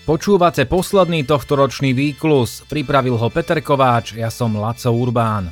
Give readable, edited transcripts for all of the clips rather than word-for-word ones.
Počúvate posledný tohtoročný výklus, pripravil ho Peter Kováč, ja som Laco Urbán.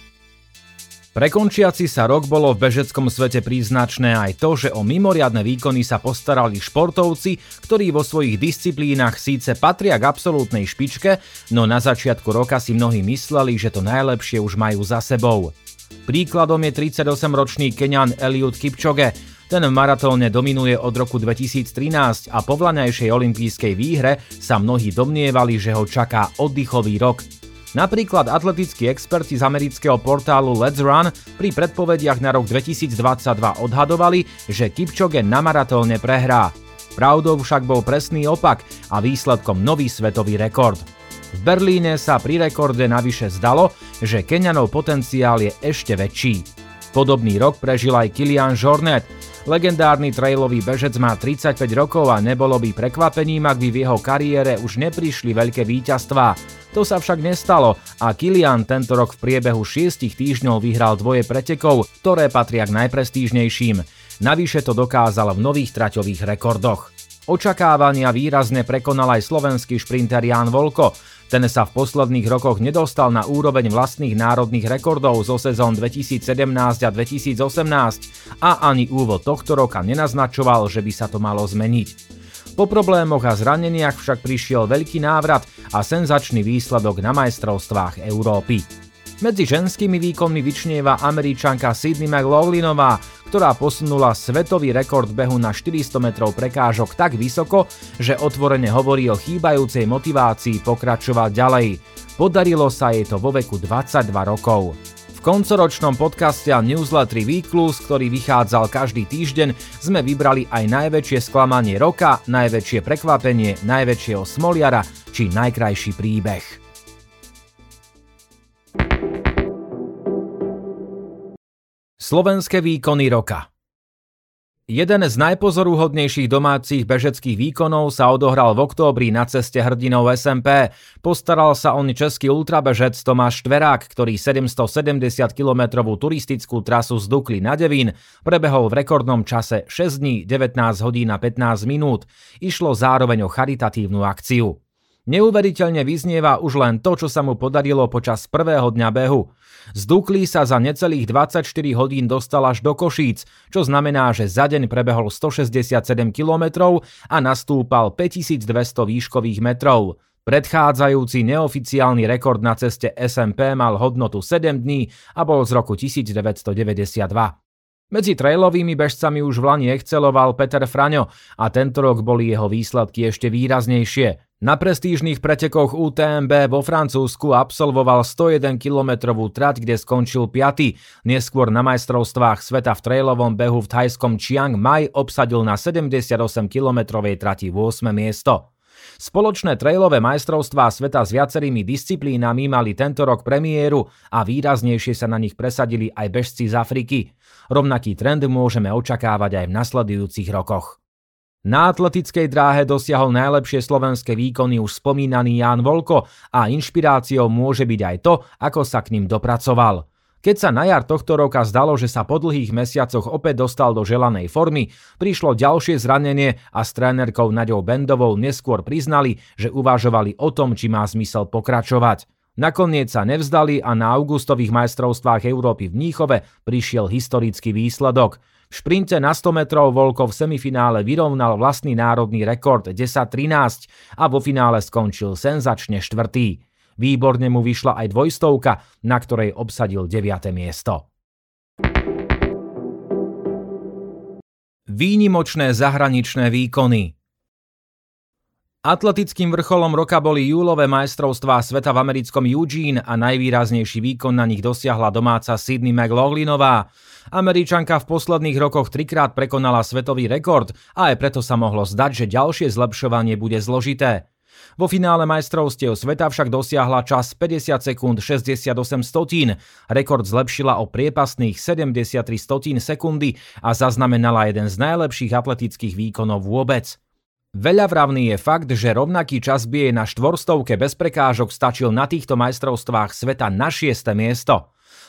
Pre končiaci sa rok bolo v bežeckom svete príznačné aj to, že o mimoriadne výkony sa postarali športovci, ktorí vo svojich disciplínach síce patria k absolútnej špičke, no na začiatku roka si mnohí mysleli, že to najlepšie už majú za sebou. Príkladom je 38-ročný Keňan Eliud Kipchoge. Ten v maratóne dominuje od roku 2013 a po vlaňajšej olympijskej výhre sa mnohí domnievali, že ho čaká oddychový rok. Napríklad atletickí experti z amerického portálu Let's Run pri predpovediach na rok 2022 odhadovali, že Kipchoge na maratóne prehrá. Pravdou však bol presný opak a výsledkom nový svetový rekord. V Berlíne sa pri rekorde navyše zdalo, že Keňanov potenciál je ešte väčší. Podobný rok prežil aj Kilian Jornet. Legendárny trailový bežec má 35 rokov a nebolo by prekvapením, ak by v jeho kariére už neprišli veľké víťazstvá. To sa však nestalo a Kilian tento rok v priebehu 6 týždňov vyhral dvoje pretekov, ktoré patria k najprestížnejším. Navyše to dokázal v nových traťových rekordoch. Očakávania výrazne prekonal aj slovenský šprinter Ján Volko. Ten sa v posledných rokoch nedostal na úroveň vlastných národných rekordov zo sezón 2017 a 2018 a ani úvod tohto roka nenaznačoval, že by sa to malo zmeniť. Po problémoch a zraneniach však prišiel veľký návrat a senzačný výsledok na majstrovstvách Európy. Medzi ženskými výkonmi vyčnieva Američanka Sydney McLaughlinová, ktorá posunula svetový rekord behu na 400 metrov prekážok tak vysoko, že otvorene hovorí o chýbajúcej motivácii pokračovať ďalej. Podarilo sa jej to vo veku 22 rokov. V koncoročnom podcaste a newsletteri Výklus, ktorý vychádzal každý týždeň, sme vybrali aj najväčšie sklamanie roka, najväčšie prekvapenie, najväčšieho smoliara či najkrajší príbeh. Slovenské výkony roka. Jeden z najpozoruhodnejších domácich bežeckých výkonov sa odohral v októbri na ceste hrdinov SMP. Postaral sa on český ultrabežec Tomáš Štverák, ktorý 770-kilometrovú turistickú trasu z Dukly na Devín prebehol v rekordnom čase 6 dní, 19 hodín a 15 minút. Išlo zároveň o charitatívnu akciu. Neuveriteľne vyznieva už len to, čo sa mu podarilo počas prvého dňa behu. Z Dukly sa za necelých 24 hodín dostal až do Košíc, čo znamená, že za deň prebehol 167 kilometrov a nastúpal 5200 výškových metrov. Predchádzajúci neoficiálny rekord na ceste SMP mal hodnotu 7 dní a bol z roku 1992. Medzi trailovými bežcami už v lani exceloval Peter Fraňo a tento rok boli jeho výsledky ešte výraznejšie. Na prestížnych pretekoch UTMB vo Francúzsku absolvoval 101-kilometrovú trať, kde skončil 5. Neskôr na majstrovstvách sveta v trailovom behu v thajskom Chiang Mai obsadil na 78-kilometrovej trati 8. miesto. Spoločné trailové majstrovstvá sveta s viacerými disciplínami mali tento rok premiéru a výraznejšie sa na nich presadili aj bežci z Afriky. Rovnaký trend môžeme očakávať aj v nasledujúcich rokoch. Na atletickej dráhe dosiahol najlepšie slovenské výkony už spomínaný Ján Volko a inšpiráciou môže byť aj to, ako sa k ním dopracoval. Keď sa na jar tohto roka zdalo, že sa po dlhých mesiacoch opäť dostal do želanej formy, prišlo ďalšie zranenie a s trénerkou Naďou Bendovou neskôr priznali, že uvažovali o tom, či má zmysel pokračovať. Nakoniec sa nevzdali a na augustových majstrovstvách Európy v Mníchove prišiel historický výsledok. V šprinte na 100 metrov Volko v semifinále vyrovnal vlastný národný rekord 10:13 a vo finále skončil senzačne 4. Výborne mu vyšla aj dvojstovka, na ktorej obsadil 9. miesto. Výnimočné zahraničné výkony. Atletickým vrcholom roka boli júlové majstrovstvá sveta v americkom Eugene a najvýraznejší výkon na nich dosiahla domáca Sydney McLaughlinová. Američanka v posledných rokoch 3-krát prekonala svetový rekord a aj preto sa mohlo zdať, že ďalšie zlepšovanie bude zložité. Vo finále majstrovstiev sveta však dosiahla čas 50 sekúnd 68 stotín. Rekord zlepšila o priepastných 73 stotín sekundy a zaznamenala jeden z najlepších atletických výkonov vôbec. Veľavravný je fakt, že rovnaký čas by jej na štvorstovke bez prekážok stačil na týchto majstrovstvách sveta na 6. miesto.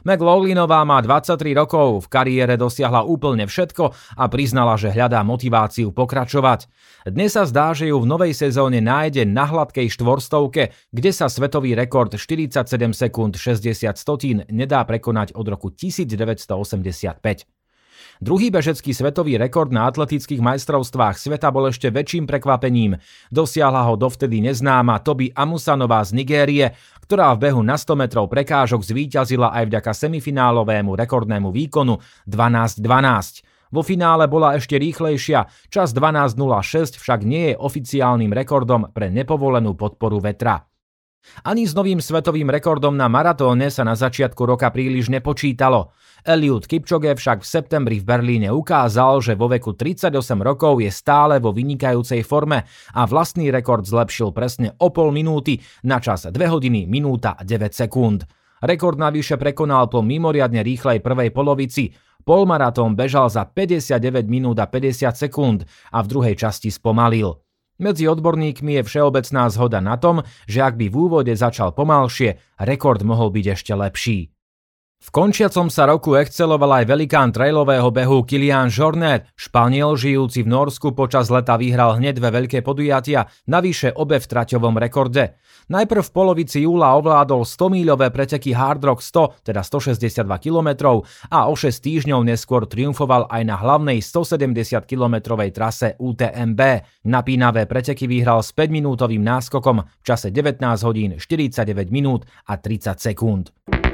McLaughlinová má 23 rokov, v kariére dosiahla úplne všetko a priznala, že hľadá motiváciu pokračovať. Dnes sa zdá, že ju v novej sezóne nájde na hladkej štvorstovke, kde sa svetový rekord 47 sekúnd 60 stotín nedá prekonať od roku 1985. Druhý bežecký svetový rekord na atletických majstrovstvách sveta bol ešte väčším prekvapením. Dosiahla ho dovtedy neznáma Tobi Amusanová z Nigérie, ktorá v behu na 100 metrov prekážok zvíťazila aj vďaka semifinálovému rekordnému výkonu 12:12. Vo finále bola ešte rýchlejšia, čas 12:06 však nie je oficiálnym rekordom pre nepovolenú podporu vetra. Ani s novým svetovým rekordom na maratóne sa na začiatku roka príliš nepočítalo. Eliud Kipchoge však v septembri v Berlíne ukázal, že vo veku 38 rokov je stále vo vynikajúcej forme a vlastný rekord zlepšil presne o pol minúty na čas 2 hodiny minúta 9 sekúnd. Rekord navyše prekonal po mimoriadne rýchlej prvej polovici. Polmaratón bežal za 59 minút a 50 sekúnd a v druhej časti spomalil. Medzi odborníkmi je všeobecná zhoda na tom, že ak by v úvode začal pomalšie, rekord mohol byť ešte lepší. V končiacom sa roku exceloval aj velikán trailového behu Kilian Jornet. Španiel žijúci v Norsku počas leta vyhral hneď dve veľké podujatia, navyše obe v traťovom rekorde. Najprv v polovici júla ovládol 100-míľové preteky Hard Rock 100, teda 162 km, a o 6 týždňov neskôr triumfoval aj na hlavnej 170-kilometrovej trase UTMB. Napínavé preteky vyhral s 5-minútovým náskokom v čase 19 hodín 49 minút a 30 sekúnd.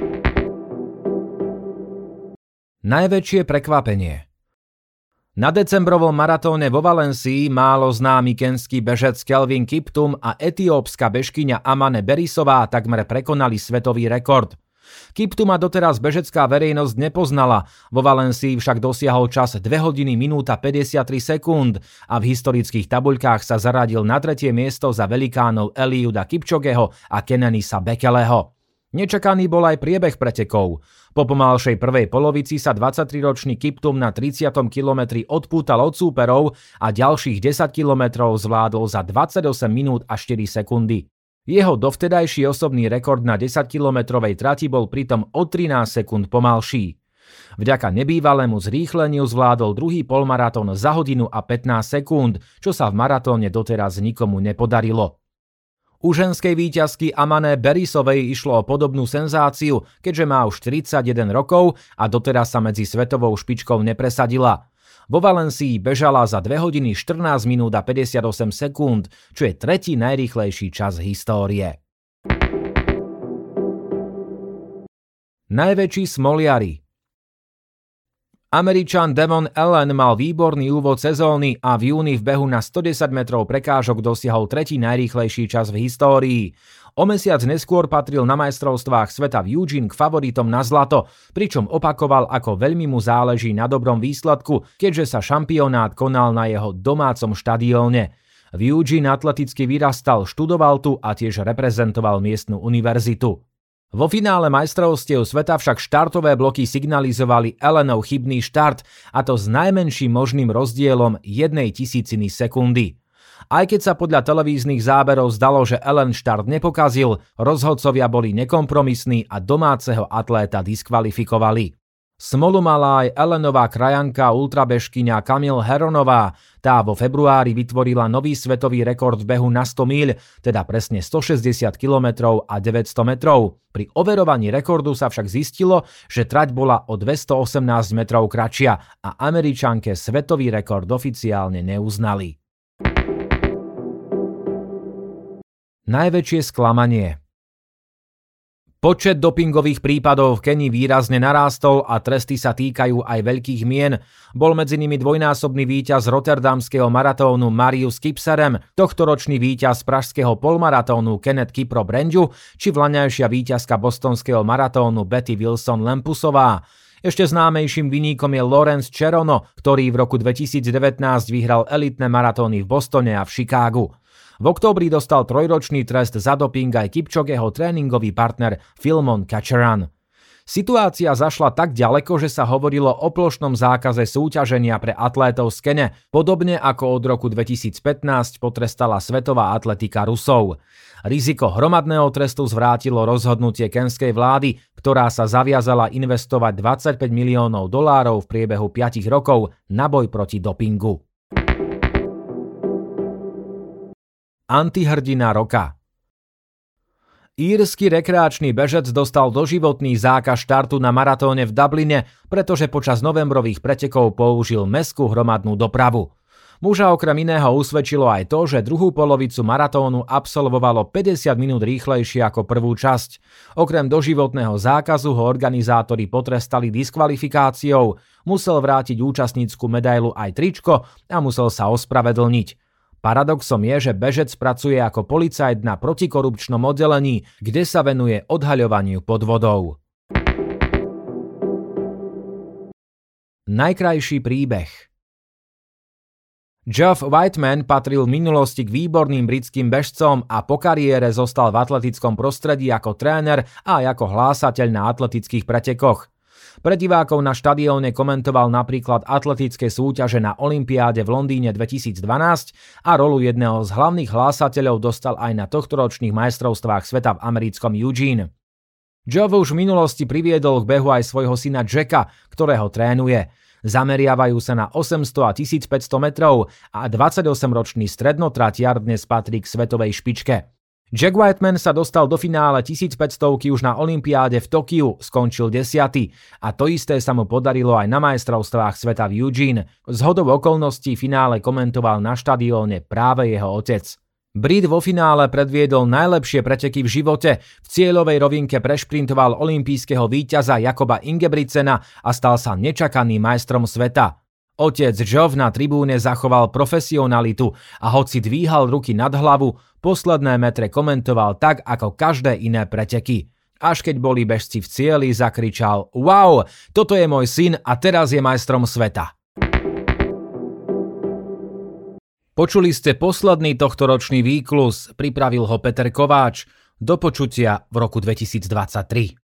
Najväčšie prekvapenie. Na decembrovom maratóne vo Valencii málo známy kenský bežec Kelvin Kiptum a etiópska bežkyňa Amane Berisová takmer prekonali svetový rekord. Kiptuma doteraz bežecká verejnosť nepoznala, vo Valencii však dosiahol čas 2 hodiny minúta 53 sekúnd a v historických tabuľkách sa zaradil na 3. miesto za velikánov Eliuda Kipchogeho a Kenenisa Bekeleho. Nečakaný bol aj priebeh pretekov. Po pomalšej prvej polovici sa 23-ročný Kiptum na 30. kilometri odpútal od súperov a ďalších 10 kilometrov zvládol za 28 minút a 4 sekundy. Jeho dovtedajší osobný rekord na 10-kilometrovej trati bol pritom o 13 sekúnd pomalší. Vďaka nebývalému zrýchleniu zvládol druhý polmaratón za hodinu a 15 sekúnd, čo sa v maratóne doteraz nikomu nepodarilo. U ženskej víťazky Amane Berisovej išlo o podobnú senzáciu, keďže má už 41 rokov a doteraz sa medzi svetovou špičkou nepresadila. Vo Valencii bežala za 2 hodiny 14 minút a 58 sekúnd, čo je tretí najrýchlejší čas histórie. Najväčší smoliari. Američan Devon Allen mal výborný úvod sezóny a v júni v behu na 110 metrov prekážok dosiahol tretí najrýchlejší čas v histórii. O mesiac neskôr patril na majstrovstvách sveta v Eugene k favoritom na zlato, pričom opakoval, ako veľmi mu záleží na dobrom výsledku, keďže sa šampionát konal na jeho domácom štadióne. V Eugene atleticky vyrastal, študoval tu a tiež reprezentoval miestnu univerzitu. Vo finále majstrovstiev sveta však štartové bloky signalizovali Allenov chybný štart, a to s najmenším možným rozdielom 1/1000 sekundy. Aj keď sa podľa televíznych záberov zdalo, že Allen štart nepokazil, rozhodcovia boli nekompromisní a domáceho atléta diskvalifikovali. Smolu mala aj Allenová krajanka ultrabežkyňa Camille Herronová. Tá vo februári vytvorila nový svetový rekord v behu na 100 míľ, teda presne 160 km a 900 metrov. Pri overovaní rekordu sa však zistilo, že trať bola o 218 metrov kratšia a Američanke svetový rekord oficiálne neuznali. Najväčšie sklamanie. Počet dopingových prípadov v Kenii výrazne narástol a tresty sa týkajú aj veľkých mien. Bol medzi nimi dvojnásobný víťaz rotterdamského maratónu Marius Kipserem, tohtoročný víťaz pražského polmaratónu Kenneth Kiprop-Renju či vlaňajšia víťazka bostonského maratónu Betty Wilson-Lempusová. Ešte známejším viníkom je Lawrence Cherono, ktorý v roku 2019 vyhral elitné maratóny v Bostone a v Chicagu. V októbri dostal 3-ročný trest za doping aj Kipchogeho tréningový partner Philmon Kačaran. Situácia zašla tak ďaleko, že sa hovorilo o plošnom zákaze súťaženia pre atlétov z Kene, podobne ako od roku 2015 potrestala svetová atletika Rusov. Riziko hromadného trestu zvrátilo rozhodnutie kenskej vlády, ktorá sa zaviazala investovať $25 miliónov v priebehu 5 rokov na boj proti dopingu. Antihrdina roka. Írsky rekreačný bežec dostal doživotný zákaz štartu na maratóne v Dubline, pretože počas novembrových pretekov použil mestskú hromadnú dopravu. Muža okrem iného usvedčilo aj to, že druhú polovicu maratónu absolvovalo 50 minút rýchlejšie ako prvú časť. Okrem doživotného zákazu ho organizátori potrestali diskvalifikáciou, musel vrátiť účastnícku medailu aj tričko a musel sa ospravedlniť. Paradoxom je, že bežec pracuje ako policajt na protikorupčnom oddelení, kde sa venuje odhaľovaniu podvodov. Najkrajší príbeh. Geoff Whiteman patril v minulosti k výborným britským bežcom a po kariére zostal v atletickom prostredí ako tréner a aj ako hlásateľ na atletických pretekoch. Pre divákov na štadióne komentoval napríklad atletické súťaže na olympiáde v Londýne 2012 a rolu jedného z hlavných hlásateľov dostal aj na tohtoročných majstrovstvách sveta v americkom Eugene. Geoff už v minulosti priviedol k behu aj svojho syna Jacka, ktorého trénuje. Zameriavajú sa na 800 a 1500 metrov a 28-ročný strednotratiar dnes patrí k svetovej špičke. Jack Whiteman sa dostal do finále 1500-ky už na olympiáde v Tokiu, skončil 10. a to isté sa mu podarilo aj na majstrovstvách sveta v Eugene. Zhodou okolností finále komentoval na štadióne práve jeho otec. Brit vo finále predviedol najlepšie preteky v živote, v cieľovej rovinke prešprintoval olympijského víťaza Jakoba Ingebrigtsena a stal sa nečakaným majstrom sveta. Otec Geoff na tribúne zachoval profesionalitu a hoci dvíhal ruky nad hlavu, posledné metre komentoval tak ako každé iné preteky. Až keď boli bežci v cieli, zakričal: "Wow, toto je môj syn a teraz je majstrom sveta." Počuli ste posledný tohtoročný výklus, pripravil ho Peter Kováč. Do počutia v roku 2023.